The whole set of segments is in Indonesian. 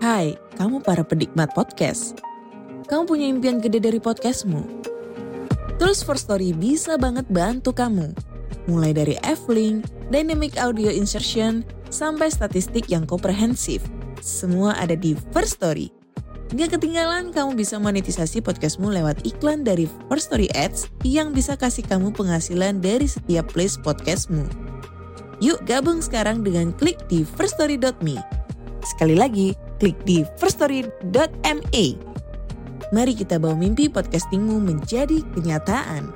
Hai, kamu para penikmat podcast. Kamu punya impian gede dari podcastmu? Tools for Story bisa banget bantu kamu. Mulai dari F-Link, Dynamic Audio Insertion, sampai statistik yang komprehensif. Semua ada di First Story. Gak ketinggalan kamu bisa monetisasi podcastmu lewat iklan dari First Story Ads yang bisa kasih kamu penghasilan dari setiap place podcastmu. Yuk gabung sekarang dengan klik di firststory.me. Sekali lagi, klik di firststory.me. Mari kita bawa mimpi podcastingmu menjadi kenyataan.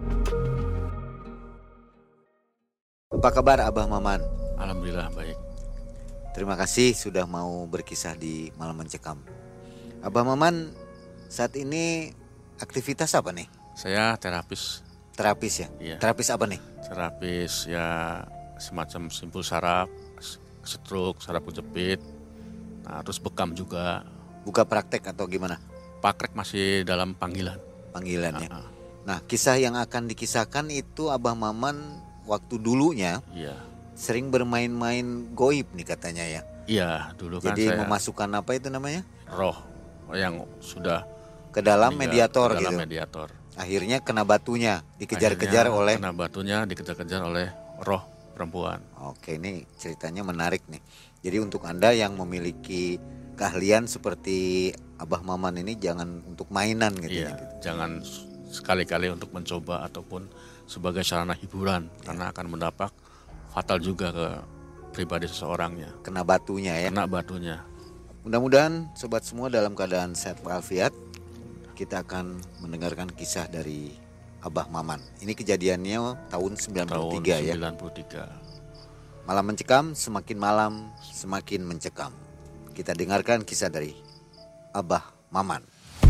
Apa kabar Abah Maman? Alhamdulillah baik. Terima kasih sudah mau berkisah di Malam Mencekam. Abah Maman saat ini aktivitas apa nih? Saya terapis. Terapis ya? Iya. Terapis apa nih? Terapis ya semacam simpul saraf, stroke, saraf kejepit. Nah, terus bekam juga. Buka praktek atau gimana? Pakrek masih dalam panggilan. Panggilan ya. Nah, kisah yang akan dikisahkan itu Abah Maman waktu dulunya Iya. sering bermain-main goib nih katanya ya. Iya, dulu kan Jadi saya memasukkan apa itu namanya? roh yang sudah Ke dalam meninggal, mediator ke dalam gitu. mediator. Akhirnya kena batunya, dikejar-kejar Akhirnya oleh. kena batunya dikejar-kejar oleh roh perempuan. Oke, ini ceritanya menarik nih. Jadi untuk Anda yang memiliki keahlian seperti Abah Maman ini jangan untuk mainan gitu Iya, ya. jangan sekali-kali untuk mencoba ataupun sebagai sarana hiburan karena akan mendapat fatal juga ke pribadi seseorangnya. Kena batunya ya. Kena batunya. Mudah-mudahan sobat semua dalam keadaan sehat walafiat. Kita akan mendengarkan kisah dari Abah Maman. Ini kejadiannya tahun 93 Tahun ya. 93. Malam mencekam, semakin malam semakin mencekam. Kita dengarkan kisah dari Abah Maman.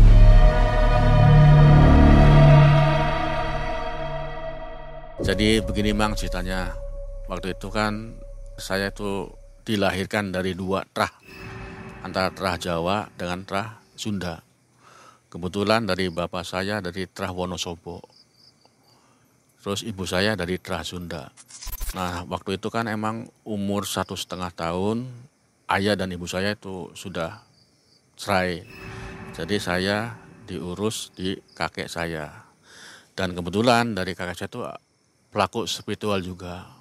Jadi begini Mang ceritanya. Waktu itu kan saya itu dilahirkan dari dua trah. Antara trah Jawa dengan trah Sunda. Kebetulan dari bapak saya dari trah Wonosobo. Terus ibu saya dari trah Sunda. Nah waktu itu kan emang umur 1,5 tahun. Ayah dan ibu saya itu sudah cerai. Jadi saya diurus di kakek saya. Dan kebetulan dari kakek saya itu pelaku spiritual juga.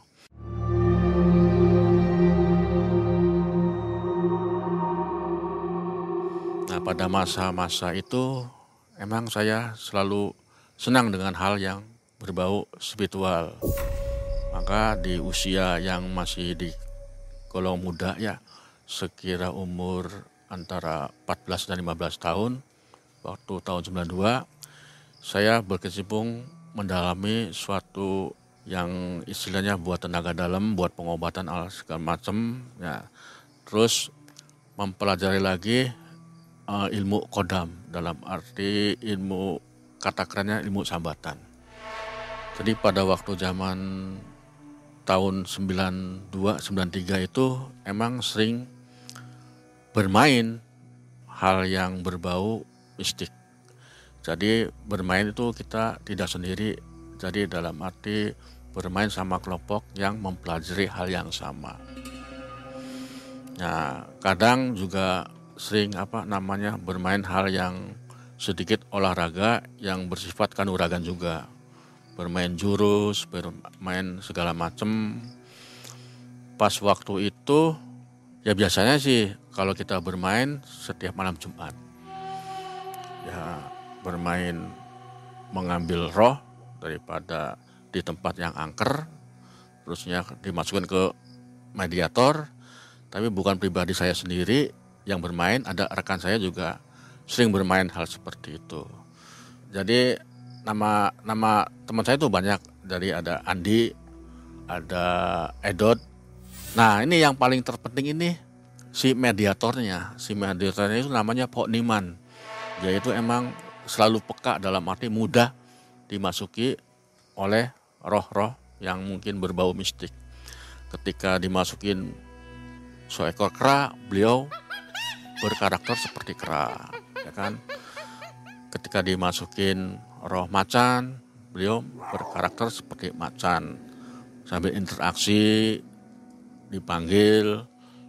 Nah pada masa-masa itu emang saya selalu senang dengan hal yang berbau spiritual. Maka di usia yang masih di golong muda ya, sekira umur antara 14 dan 15 tahun, waktu tahun 92, saya berkecimpung mendalami suatu yang istilahnya buat tenaga dalam, buat pengobatan segala macam, ya. Terus mempelajari lagi ilmu kodam, dalam arti ilmu kata kerennya ilmu sambatan. Jadi pada waktu zaman tahun 92-93 itu emang sering bermain hal yang berbau mistik. Jadi bermain itu kita tidak sendiri, jadi dalam arti bermain sama kelompok yang mempelajari hal yang sama. Nah, kadang juga sering bermain hal yang sedikit olahraga yang bersifat kanuragan juga. Bermain jurus, bermain segala macam. Pas waktu itu ya biasanya sih kalau kita bermain setiap malam Jumat. Ya bermain mengambil roh daripada di tempat yang angker, terusnya dimasukkan ke mediator. Tapi bukan pribadi saya sendiri yang bermain, ada rekan saya juga sering bermain hal seperti itu. Jadi nama teman saya itu banyak, dari ada Andi, ada Edot. Nah ini yang paling terpenting ini si mediatornya. Si mediatornya itu namanya Pok Niman. Dia itu emang selalu peka, dalam arti mudah dimasuki oleh roh-roh yang mungkin berbau mistik. Ketika dimasukin seekor kera, beliau berkarakter seperti kera, ya kan? Ketika dimasukin roh macan, beliau berkarakter seperti macan. Sambil interaksi, dipanggil,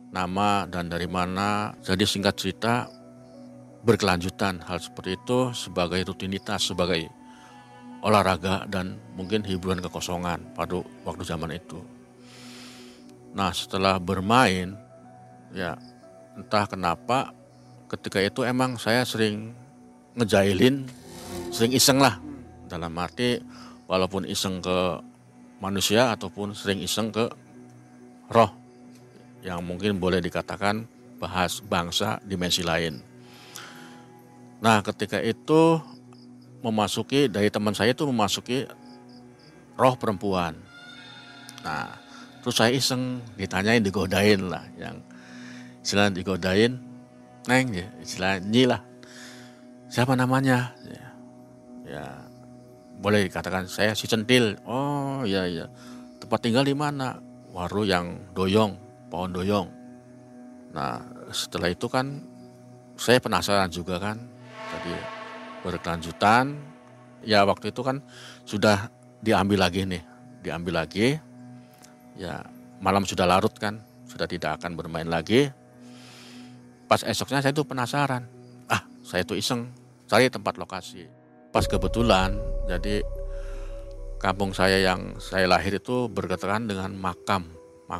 nama dan dari mana. Jadi singkat cerita berkelanjutan hal seperti itu sebagai rutinitas, sebagai olahraga dan mungkin hiburan kekosongan pada waktu zaman itu. Nah setelah bermain, ya entah kenapa ketika itu emang saya sering ngejailin, sering iseng lah. Dalam arti walaupun iseng ke manusia ataupun sering iseng ke roh yang mungkin boleh dikatakan bahas bangsa dimensi lain. Nah ketika itu dari teman saya itu memasuki roh perempuan. Nah terus saya iseng ditanyain, digodain lah, yang istilahnya digodain, neng ya, istilahnya nyi lah, siapa namanya? Ya boleh dikatakan saya si Centil. Oh iya, tempat tinggal di mana? Waru yang doyong, pohon doyong. Nah setelah itu kan saya penasaran juga kan, jadi berkelanjutan. Ya waktu itu kan sudah diambil lagi. Ya malam sudah larut kan, sudah tidak akan bermain lagi. Pas esoknya saya tuh penasaran, saya tuh iseng cari tempat lokasi. Pas kebetulan, jadi kampung saya yang saya lahir itu berdekatan dengan makam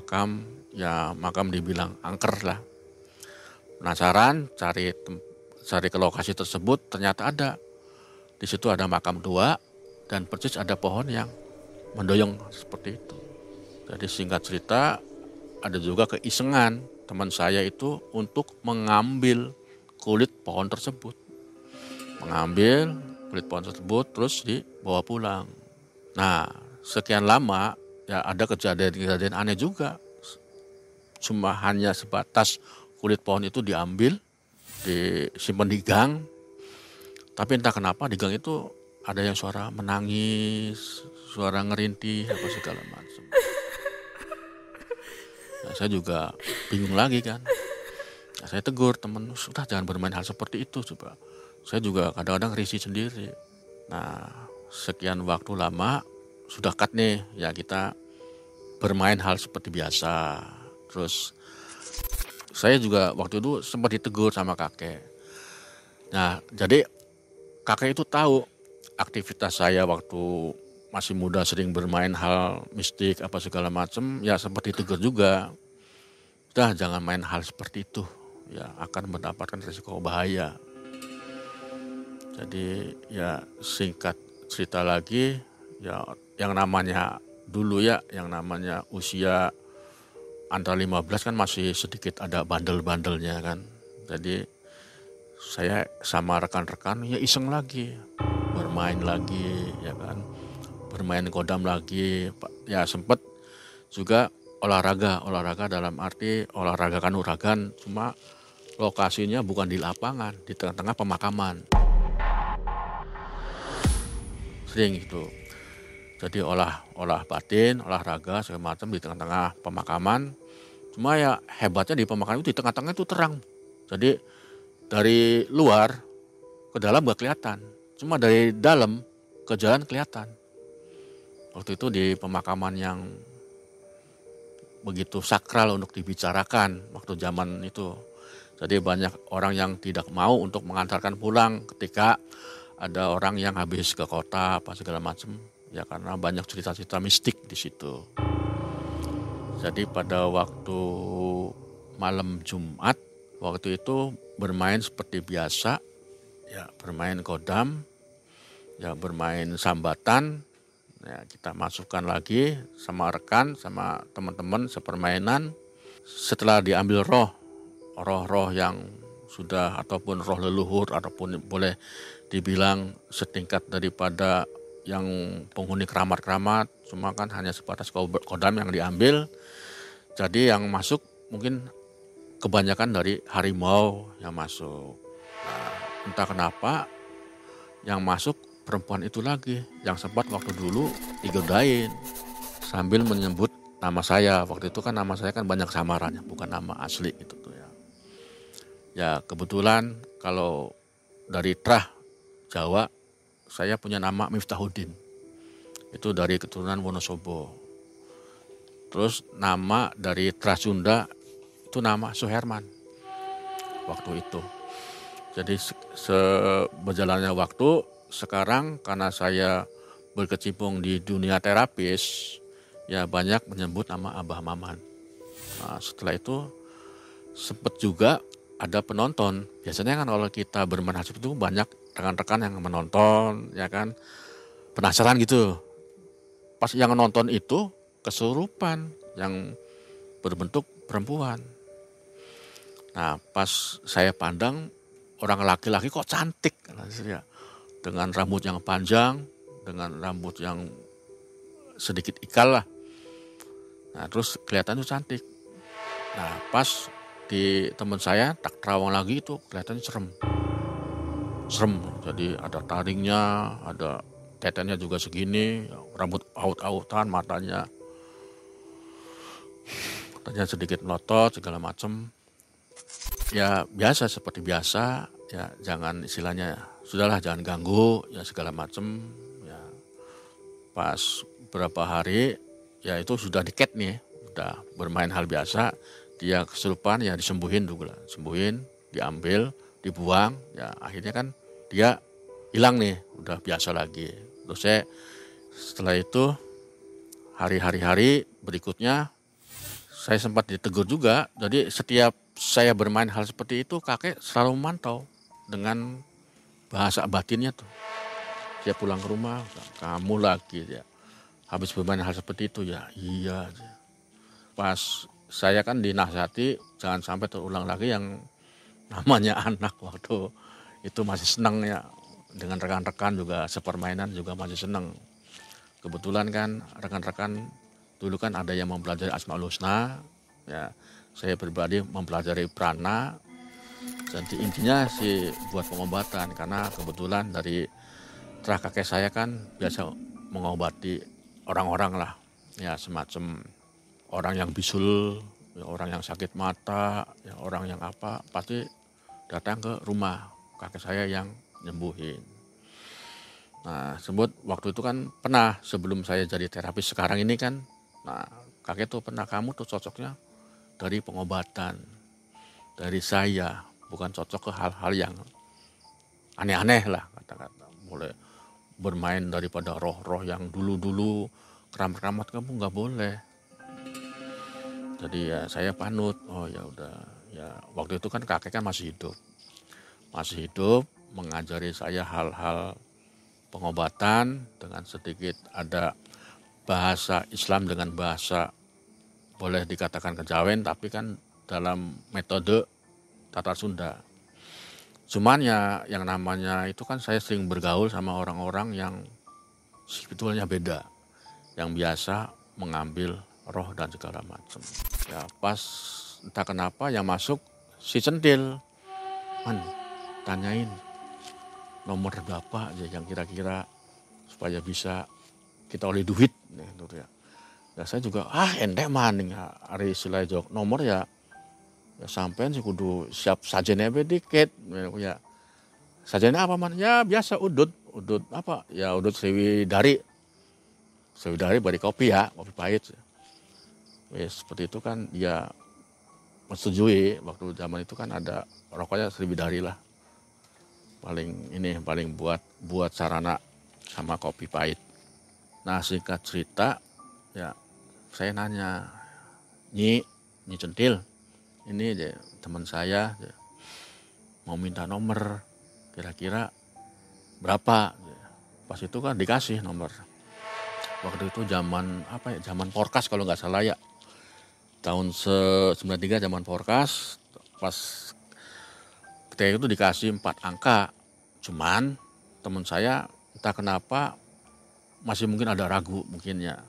dibilang angker lah. Penasaran, cari ke lokasi tersebut, ternyata ada. Di situ ada makam tua dan persis ada pohon yang mendoyong seperti itu. Jadi singkat cerita, ada juga keisengan teman saya itu untuk mengambil kulit pohon tersebut. Terus dibawa pulang. Nah, sekian lama ya ada kejadian-kejadian aneh juga. Cuma hanya sebatas kulit pohon itu diambil, disimpan di gang. Tapi entah kenapa di gang itu ada yang suara menangis, suara ngerintih, apa segala macam. Ya, saya juga bingung lagi kan. Ya, saya tegur teman, sudah jangan bermain hal seperti itu coba. Saya juga kadang-kadang risih sendiri. Nah, sekian waktu lama sudah cut nih, ya kita bermain hal seperti biasa. Terus saya juga waktu itu sempat ditegur sama kakek. Nah, jadi kakek itu tahu aktivitas saya waktu masih muda sering bermain hal mistik apa segala macam, ya sempat ditegur juga. Udah jangan main hal seperti itu, ya akan mendapatkan risiko bahaya. Jadi ya singkat cerita lagi, ya yang namanya dulu ya, yang namanya usia antara 15 kan masih sedikit ada bandel-bandelnya kan. Jadi saya sama rekan-rekan ya iseng lagi, bermain lagi ya kan, bermain kodam lagi. Ya sempat juga olahraga dalam arti olahraga kanuragan, cuma lokasinya bukan di lapangan, di tengah-tengah pemakaman. Sering gitu. Jadi olah batin, olahraga segala macam di tengah-tengah pemakaman. Cuma ya hebatnya di pemakaman itu di tengah-tengah itu terang. Jadi dari luar ke dalam gak kelihatan. Cuma dari dalam ke jalan kelihatan. Waktu itu di pemakaman yang begitu sakral untuk dibicarakan waktu zaman itu. Jadi banyak orang yang tidak mau untuk mengantarkan pulang ketika ada orang yang habis ke kota apa segala macam. Ya karena banyak cerita-cerita mistik di situ. Jadi pada waktu malam Jumat, waktu itu bermain seperti biasa, ya bermain kodam, ya bermain sambatan, ya kita masukkan lagi sama rekan, sama teman-teman sepermainan. Setelah diambil roh yang sudah ataupun roh leluhur ataupun boleh dibilang setingkat daripada yang penghuni keramat-keramat, cuma kan hanya sebatas kodam yang diambil. Jadi yang masuk mungkin kebanyakan dari harimau yang masuk. Nah, entah kenapa yang masuk perempuan itu lagi, yang sempat waktu dulu digodain sambil menyebut nama saya. Waktu itu kan nama saya kan banyak samarannya, bukan nama asli itu tuh ya. Ya kebetulan kalau dari Trah Jawa, saya punya nama Miftahuddin. Itu dari keturunan Wonosobo. Terus nama dari Trah Sunda itu nama Suherman waktu itu. Jadi berjalannya waktu, sekarang karena saya berkecimpung di dunia terapis, ya banyak menyebut nama Abah Maman. Nah, setelah itu sempat juga ada penonton. Biasanya kan kalau kita bermanhasib itu banyak rekan-rekan yang menonton, ya kan, penasaran gitu. Pas yang nonton itu kesurupan yang berbentuk perempuan. Nah, pas saya pandang orang laki-laki kok cantik, ya, dengan rambut yang panjang, dengan rambut yang sedikit ikal lah. Nah, terus kelihatan tuh cantik. Nah, pas di teman saya tak terawang lagi itu kelihatannya serem. Jadi ada taringnya, ada tetennya juga segini, rambut aut-autan, matanya sedikit melotot segala macem. Ya biasa, seperti biasa, ya jangan istilahnya sudahlah, jangan ganggu ya segala macem. Ya pas berapa hari ya itu sudah diket nih, udah bermain hal biasa, dia kesurupan ya disembuhin dulu lah, sembuhin, diambil, dibuang, ya akhirnya kan dia hilang nih, udah biasa lagi. Terus saya setelah itu hari-hari berikutnya saya sempat ditegur juga. Jadi setiap saya bermain hal seperti itu, kakek selalu memantau dengan bahasa batinnya tuh. Dia pulang ke rumah, kamu lagi ya. Habis bermain hal seperti itu ya, iya. Pas saya kan dinasihati jangan sampai terulang lagi yang namanya anak waktu itu masih senang ya. Dengan rekan-rekan juga sepermainan juga masih senang. Kebetulan kan rekan-rekan dulu kan ada yang mempelajari Asmaul Husna, ya saya pribadi mempelajari prana. Jadi intinya sih buat pengobatan, karena kebetulan dari terah kakek saya kan biasa mengobati orang-orang lah, ya semacam orang yang bisul, ya orang yang sakit mata, ya orang yang apa, pasti datang ke rumah kakek saya yang nyembuhin. Nah, sebut waktu itu kan pernah sebelum saya jadi terapis sekarang ini kan, nah kakek tuh pernah, kamu tuh cocoknya dari pengobatan, dari saya, bukan cocok ke hal-hal yang aneh-aneh lah kata-kata. Boleh bermain daripada roh-roh yang dulu-dulu keramat-keramat kamu nggak boleh. Jadi ya saya panut, oh ya udah, ya waktu itu kan kakek kan masih hidup, mengajari saya hal-hal pengobatan dengan sedikit ada bahasa Islam dengan bahasa boleh dikatakan kejawen, tapi kan dalam metode Tatar Sunda. Cuman ya yang namanya itu kan saya sering bergaul sama orang-orang yang sebetulnya beda, yang biasa mengambil roh dan segala macam. Ya pas entah kenapa yang masuk si Centil, tanyain nomor berapa aja yang kira-kira supaya bisa kita oleh duit gitu ya. Ya saya juga endek maning hari istilah jok nomor ya sampean sih kudu siap sajene dikit ya. Sajene apa man? Ya biasa udut apa? Ya udut Sriwidari bari kopi ya, kopi pahit. Seperti itu kan dia menyetujui. Waktu zaman itu kan ada rokoknya Sriwidari lah. Paling buat sarana sama kopi pahit. Nah singkat cerita ya saya nanya, Nyi Centil, ini deh teman saya mau minta nomor, kira-kira berapa? Pas itu kan dikasih nomor. Waktu itu zaman Porkas kalau nggak salah ya, tahun 93 zaman Porkas. Pas ketika itu dikasih 4 angka, cuman teman saya entah kenapa masih mungkin ada ragu mungkin ya.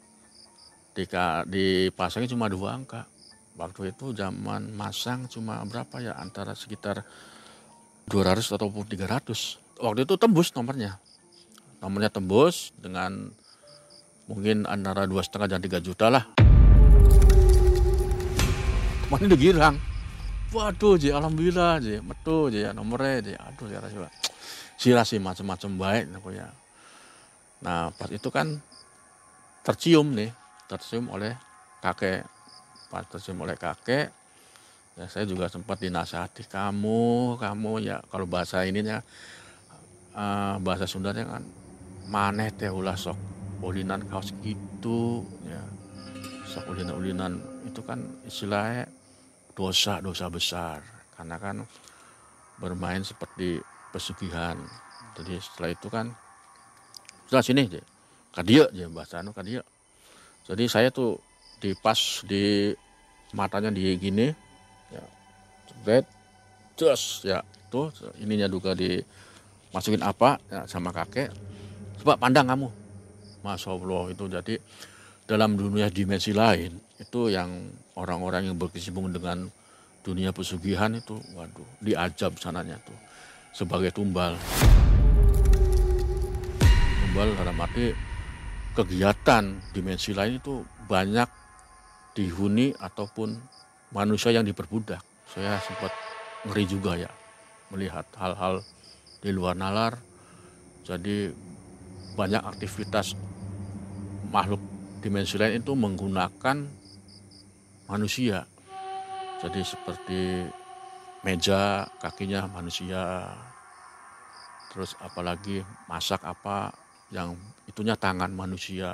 Dipasangnya cuma 2 angka. Waktu itu zaman masang cuma berapa ya, antara sekitar 200 ataupun 300. Waktu itu tembus nomornya. Nomornya tembus dengan mungkin antara 2,5 dan 3 juta lah. Teman udah girang. Waduh, alhamdulillah, metu nomornya, aduh ya Rasulullah. Sih macam-macam baik aku ya. Nah, pas itu kan tercium oleh kakek. Pas tercium oleh kakek, Ya, saya juga sempat dinasihati, kamu ya kalau bahasa ininya bahasa Sundanya kan maneh teh ulah sok ulinan kaos gitu ya. Sok ulinan itu kan istilahnya dosa besar karena kan bermain seperti pesugihan. Jadi setelah itu kan sudah sini aja kadia aja bahasa kadia. Jadi saya tuh dipas di matanya di gini ya, jebret jos ya, itu ininya juga dimasukin apa ya, sama kakek, coba pandang kamu, Masya Allah. Itu jadi dalam dunia dimensi lain itu yang orang-orang yang berkecimpung dengan dunia pesugihan itu, waduh, diajab sananya tuh sebagai tumbal dalam arti kegiatan dimensi lain itu banyak dihuni ataupun manusia yang diperbudak. Saya sempat ngeri juga ya melihat hal-hal di luar nalar. Jadi banyak aktivitas makhluk dimensi lain itu menggunakan manusia. Jadi seperti meja kakinya manusia. Terus apalagi masak apa yang itunya tangan manusia.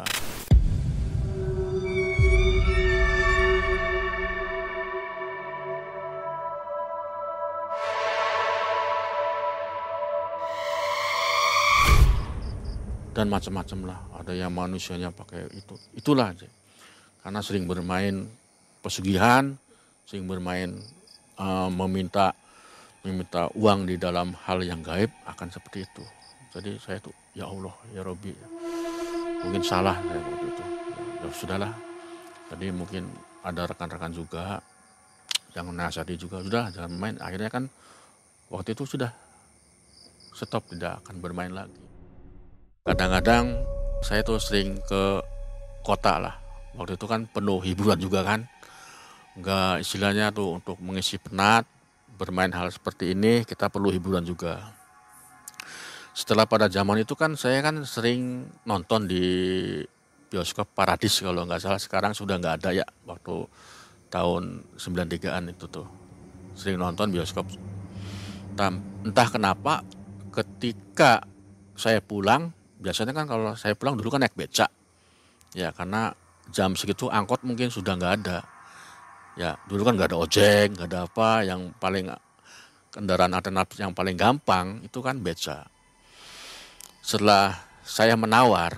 Dan macam-macam lah, ada yang manusianya pakai itu, itulah aja. Karena sering bermain pesugihan, sering bermain meminta uang di dalam hal yang gaib akan seperti itu. Jadi saya tuh ya Allah ya Robbi, mungkin salah saya waktu itu. Ya sudahlah. Jadi mungkin ada rekan-rekan juga yang nasihati juga, sudah jangan main. Akhirnya kan waktu itu sudah stop, tidak akan bermain lagi. Kadang-kadang saya tuh sering ke kota lah. Waktu itu kan penuh hiburan juga kan. Enggak, istilahnya tuh untuk mengisi penat, bermain hal seperti ini kita perlu hiburan juga. Setelah pada zaman itu kan saya kan sering nonton di bioskop Paradis kalau nggak salah, sekarang sudah nggak ada ya, waktu tahun 93-an itu tuh. Sering nonton bioskop. Entah kenapa ketika saya pulang, biasanya kan kalau saya pulang dulu kan naik beca. Ya karena jam segitu angkot mungkin sudah nggak ada. Ya dulu kan nggak ada ojek, nggak ada apa, yang paling kendaraan alternatif yang paling gampang itu kan beca. Setelah saya menawar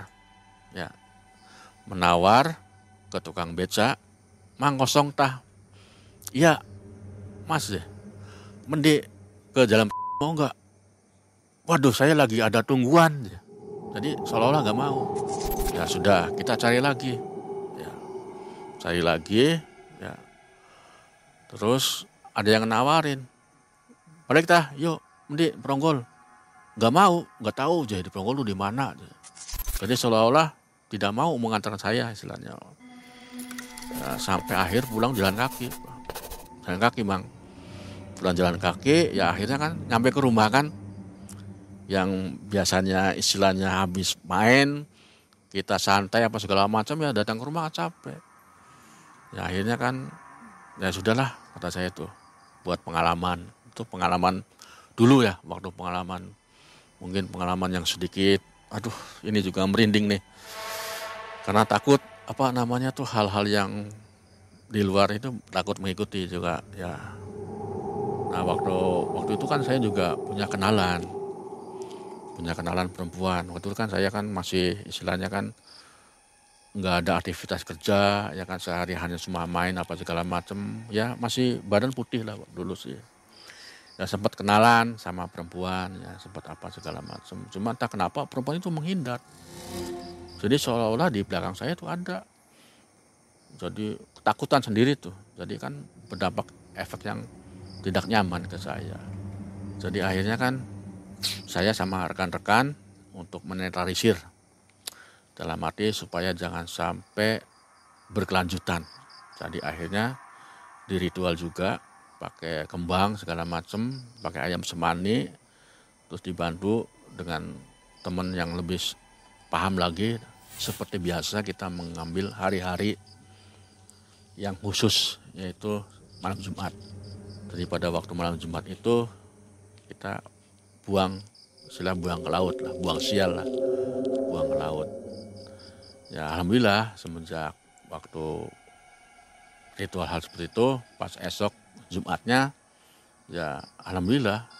ke tukang beca, mang kosong tah, iya mas deh, mending ke jalan mau nggak? Waduh saya lagi ada tungguan, jadi seolah-olah nggak mau. Ya sudah kita cari lagi, ya. Terus ada yang nawarin, balik tah, yuk mending Pronggol. Gak mau, gak tahu jadi Pronggol lu di mana. Jadi seolah-olah tidak mau mengantarkan saya istilahnya. Ya, sampai akhir pulang jalan kaki, Bang. Pulang jalan kaki, ya akhirnya kan nyampe ke rumah kan. Yang biasanya istilahnya habis main, kita santai apa segala macam, ya datang ke rumah capek. Ya akhirnya kan, ya sudahlah kata saya tuh, buat pengalaman. Itu pengalaman dulu ya, waktu pengalaman. Mungkin pengalaman yang sedikit, aduh ini juga merinding nih. Karena takut hal-hal yang di luar itu takut mengikuti juga ya. Nah waktu itu kan saya juga punya kenalan perempuan. Waktu itu kan saya kan masih istilahnya kan nggak ada aktivitas kerja, ya kan sehari hanya cuma main apa segala macam. Ya masih badan putih lah dulu sih. Ya sempat kenalan sama perempuan, ya sempat apa segala macam. Cuma entah kenapa perempuan itu menghindar. Jadi seolah-olah di belakang saya itu ada. Jadi ketakutan sendiri tuh. Jadi kan berdampak efek yang tidak nyaman ke saya. Jadi akhirnya kan saya sama rekan-rekan untuk menetralisir. Dalam arti supaya jangan sampai berkelanjutan. Jadi akhirnya di ritual juga, pakai kembang segala macam, pakai ayam semani, terus dibantu dengan teman yang lebih paham lagi. Seperti biasa kita mengambil hari-hari yang khusus, yaitu malam Jumat. daripada waktu malam Jumat itu kita buang ke laut lah, buang sial lah, buang ke laut. Ya alhamdulillah semenjak waktu ritual hal seperti itu, pas esok Jumatnya ya alhamdulillah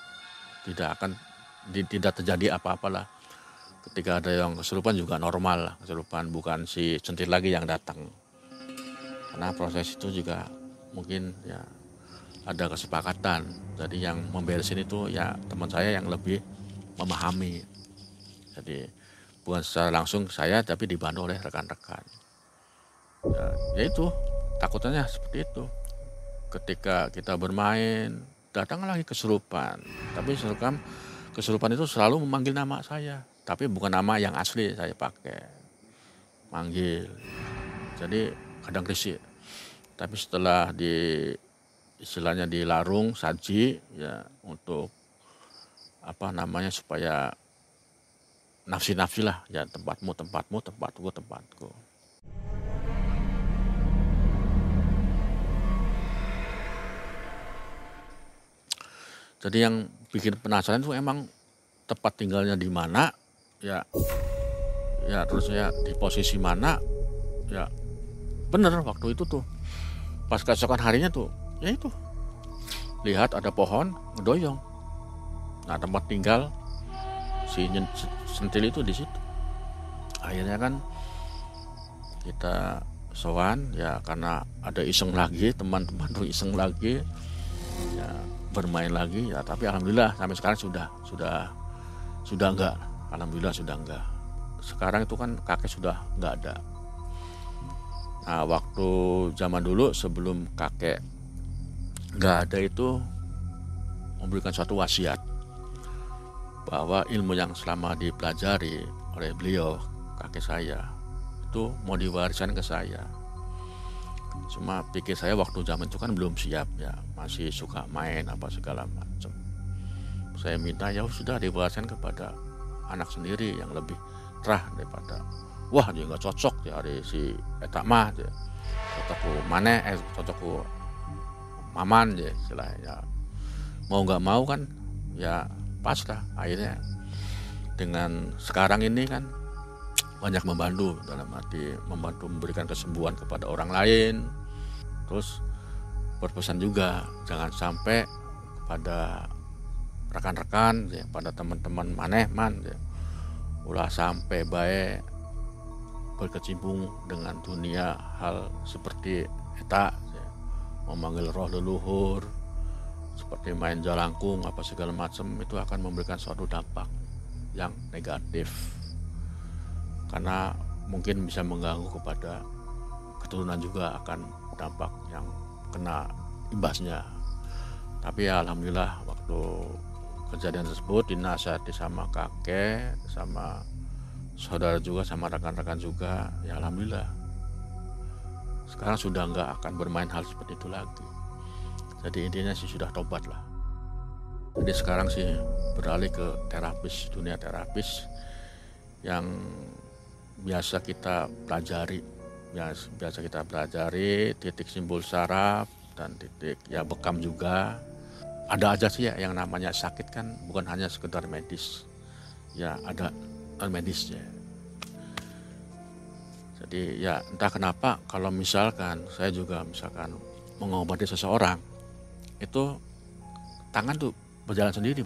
tidak terjadi apa-apalah. Ketika ada yang kesurupan juga normal lah, kesurupan bukan si centil lagi yang datang. Karena proses itu juga mungkin ya ada kesepakatan. Jadi yang memberesin itu ya teman saya yang lebih memahami. Jadi bukan secara langsung saya tapi dibantu oleh rekan-rekan. Ya itu takutnya seperti itu. Ketika kita bermain datang lagi kesurupan. Tapi kesurupan itu selalu memanggil nama saya. Tapi bukan nama yang asli saya pakai. Manggil. Jadi kadang risih. Tapi setelah istilahnya dilarung saji ya untuk supaya nafsi lah ya tempatku. Jadi yang bikin penasaran itu emang tempat tinggalnya di mana ya terus ya di posisi mana ya bener waktu itu tuh pas keesokan harinya tuh ya itu lihat ada pohon ngedoyong. Nah tempat tinggal si sentil itu di situ. Akhirnya kan kita sowan ya karena ada iseng lagi, teman-teman tuh iseng lagi ya bermain lagi ya, tapi alhamdulillah sampai sekarang sudah enggak. Alhamdulillah sudah enggak. Sekarang itu kan kakek sudah enggak ada. Nah waktu zaman dulu sebelum kakek enggak ada itu memberikan suatu wasiat bahwa ilmu yang selama dipelajari oleh beliau kakek saya itu mau diwariskan ke saya. Cuma pikir saya waktu zaman itu kan belum siap ya, masih suka main apa segala macam. Saya minta ya sudah diwariskan kepada anak sendiri yang lebih terah daripada wah dia nggak cocok ya hari si etak mah dia cocokku mana cocokku maman ya istilahnya. Mau nggak mau kan ya pas lah akhirnya dengan sekarang ini kan banyak membantu dalam arti membantu memberikan kesembuhan kepada orang lain, terus berpesan juga jangan sampai kepada rekan-rekan ya, pada teman-teman manehman ya, ulah sampai baik berkecimpung dengan dunia hal seperti eta ya, memanggil roh leluhur seperti main jalangkung apa segala macam itu akan memberikan suatu dampak yang negatif karena mungkin bisa mengganggu kepada keturunan juga akan dampak yang kena imbasnya. Tapi ya alhamdulillah waktu kejadian tersebut dinasihati sama kakek, sama saudara juga, sama rekan-rekan juga, ya alhamdulillah sekarang sudah enggak akan bermain hal seperti itu lagi. Jadi intinya sih sudah tobat lah. Jadi sekarang sih beralih ke terapis, dunia terapis yang biasa kita pelajari, titik simbol saraf dan titik ya bekam juga. Ada aja sih ya yang namanya sakit kan bukan hanya sekedar medis, ya ada non medisnya. Jadi ya entah kenapa kalau misalkan saya juga mengobati seseorang itu tangan tuh berjalan sendiri.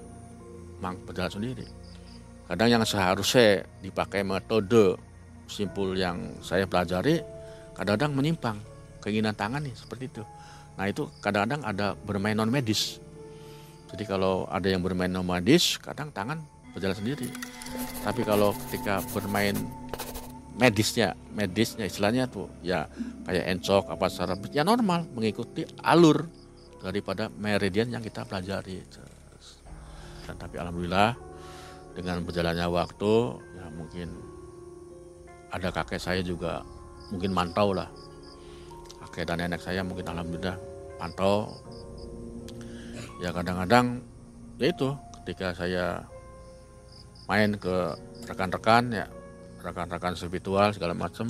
Kadang yang seharusnya dipakai metode simpul yang saya pelajari kadang-kadang menyimpang keinginan tangan nih seperti itu. Nah itu kadang-kadang ada bermain non medis. Jadi kalau ada yang bermain non medis kadang tangan berjalan sendiri. Tapi kalau ketika bermain medisnya istilahnya tuh ya kayak encok apa saraf ya normal mengikuti alur daripada meridian yang kita pelajari. Dan tapi alhamdulillah dengan berjalannya waktu ya mungkin ada kakek saya juga mungkin mantau lah. Kakek dan nenek saya mungkin alhamdulillah pantau. Ya kadang-kadang ya itu ketika saya main ke rekan-rekan spiritual segala macam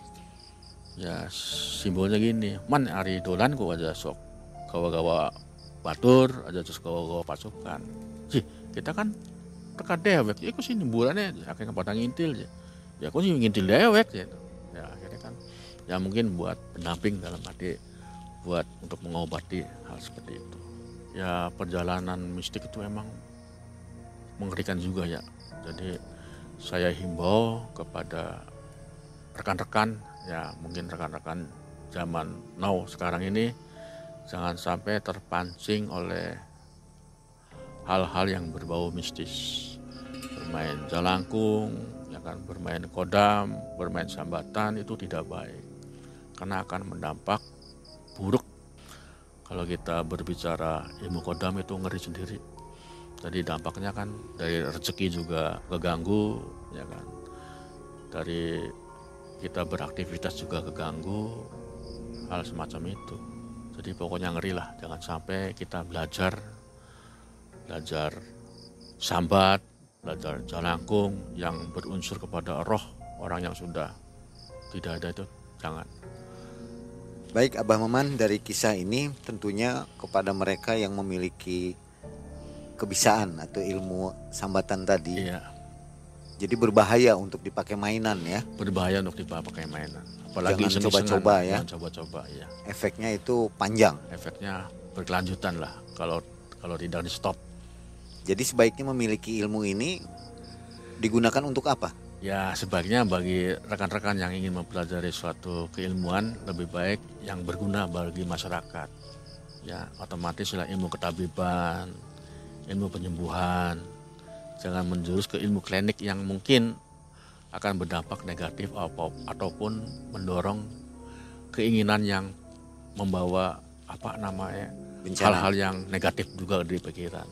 ya simbolnya gini, man ari dolan ku aja sok gawa-gawa batur aja terus ke pasukan. Sih, kita kan teka dewek, ya aku sih bulannya akhirnya pada ngintil ya. Ya aku sih ngintil dewek gitu. Ya akhirnya kan ya mungkin buat pendamping dalam arti buat untuk mengobati hal seperti itu. Ya perjalanan mistik itu emang mengerikan juga ya. Jadi saya himbau kepada rekan-rekan, ya mungkin rekan-rekan zaman now sekarang ini jangan sampai terpancing oleh hal-hal yang berbau mistis. Bermain jalangkung, ya kan, bermain kodam, bermain sambatan itu tidak baik. Karena akan mendampak buruk. Kalau kita berbicara ilmu kodam itu ngeri sendiri. Jadi dampaknya kan dari rezeki juga keganggu, ya kan. Dari kita beraktivitas juga keganggu, hal semacam itu. Jadi pokoknya ngeri lah, jangan sampai kita belajar sambat, belajar jalangkung yang berunsur kepada roh orang yang sudah tidak ada itu, jangan. Baik Abah Maman, dari kisah ini tentunya kepada mereka yang memiliki kebisaan atau ilmu sambatan tadi. Iya. Jadi berbahaya untuk dipakai mainan ya. Berbahaya untuk dipakai mainan. Apalagi jangan coba-coba ya. Jangan coba-coba ya. Efeknya itu panjang. Efeknya berkelanjutan lah kalau tidak di stop. Jadi sebaiknya memiliki ilmu ini digunakan untuk apa? Ya sebaiknya bagi rekan-rekan yang ingin mempelajari suatu keilmuan lebih baik yang berguna bagi masyarakat. Ya otomatis lah ilmu ketabiban, ilmu penyembuhan. Jangan menjurus ke ilmu klinik yang mungkin akan berdampak negatif ataupun mendorong keinginan yang membawa hal-hal yang negatif juga di pikiran.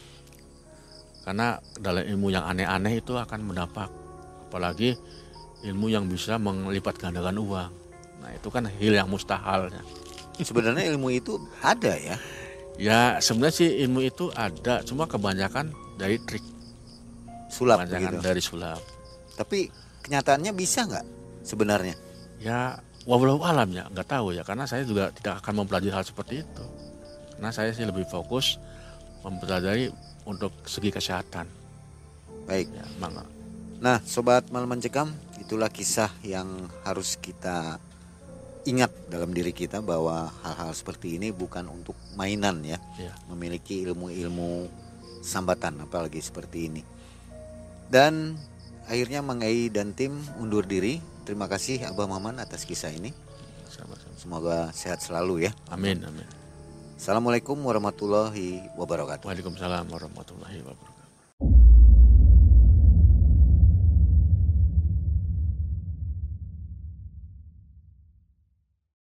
Karena dalam ilmu yang aneh-aneh itu akan berdampak, apalagi ilmu yang bisa melipat gandakan uang. Nah itu kan hal yang mustahilnya. Sebenarnya ilmu itu ada ya? Ya sebenarnya sih ilmu itu ada, cuma kebanyakan dari trik. Sulap kebanyakan begitu. Dari sulap. Tapi kenyataannya bisa nggak sebenarnya? Ya wallahu alam ya, nggak tahu ya, karena saya juga tidak akan mempelajari hal seperti itu. Karena saya sih lebih fokus mempelajari untuk segi kesehatan. Baik. Ya, mangga. Nah, Sobat Malam Mencekam, itulah kisah yang harus kita ingat dalam diri kita bahwa hal-hal seperti ini bukan untuk mainan ya. Ya. Memiliki ilmu-ilmu sambatan apalagi seperti ini. Dan akhirnya Mang Ei dan tim undur diri. Terima kasih Abah Maman atas kisah ini. Sama-sama. Semoga sehat selalu ya. Amin, amin. Assalamualaikum warahmatullahi wabarakatuh. Waalaikumsalam warahmatullahi wabarakatuh.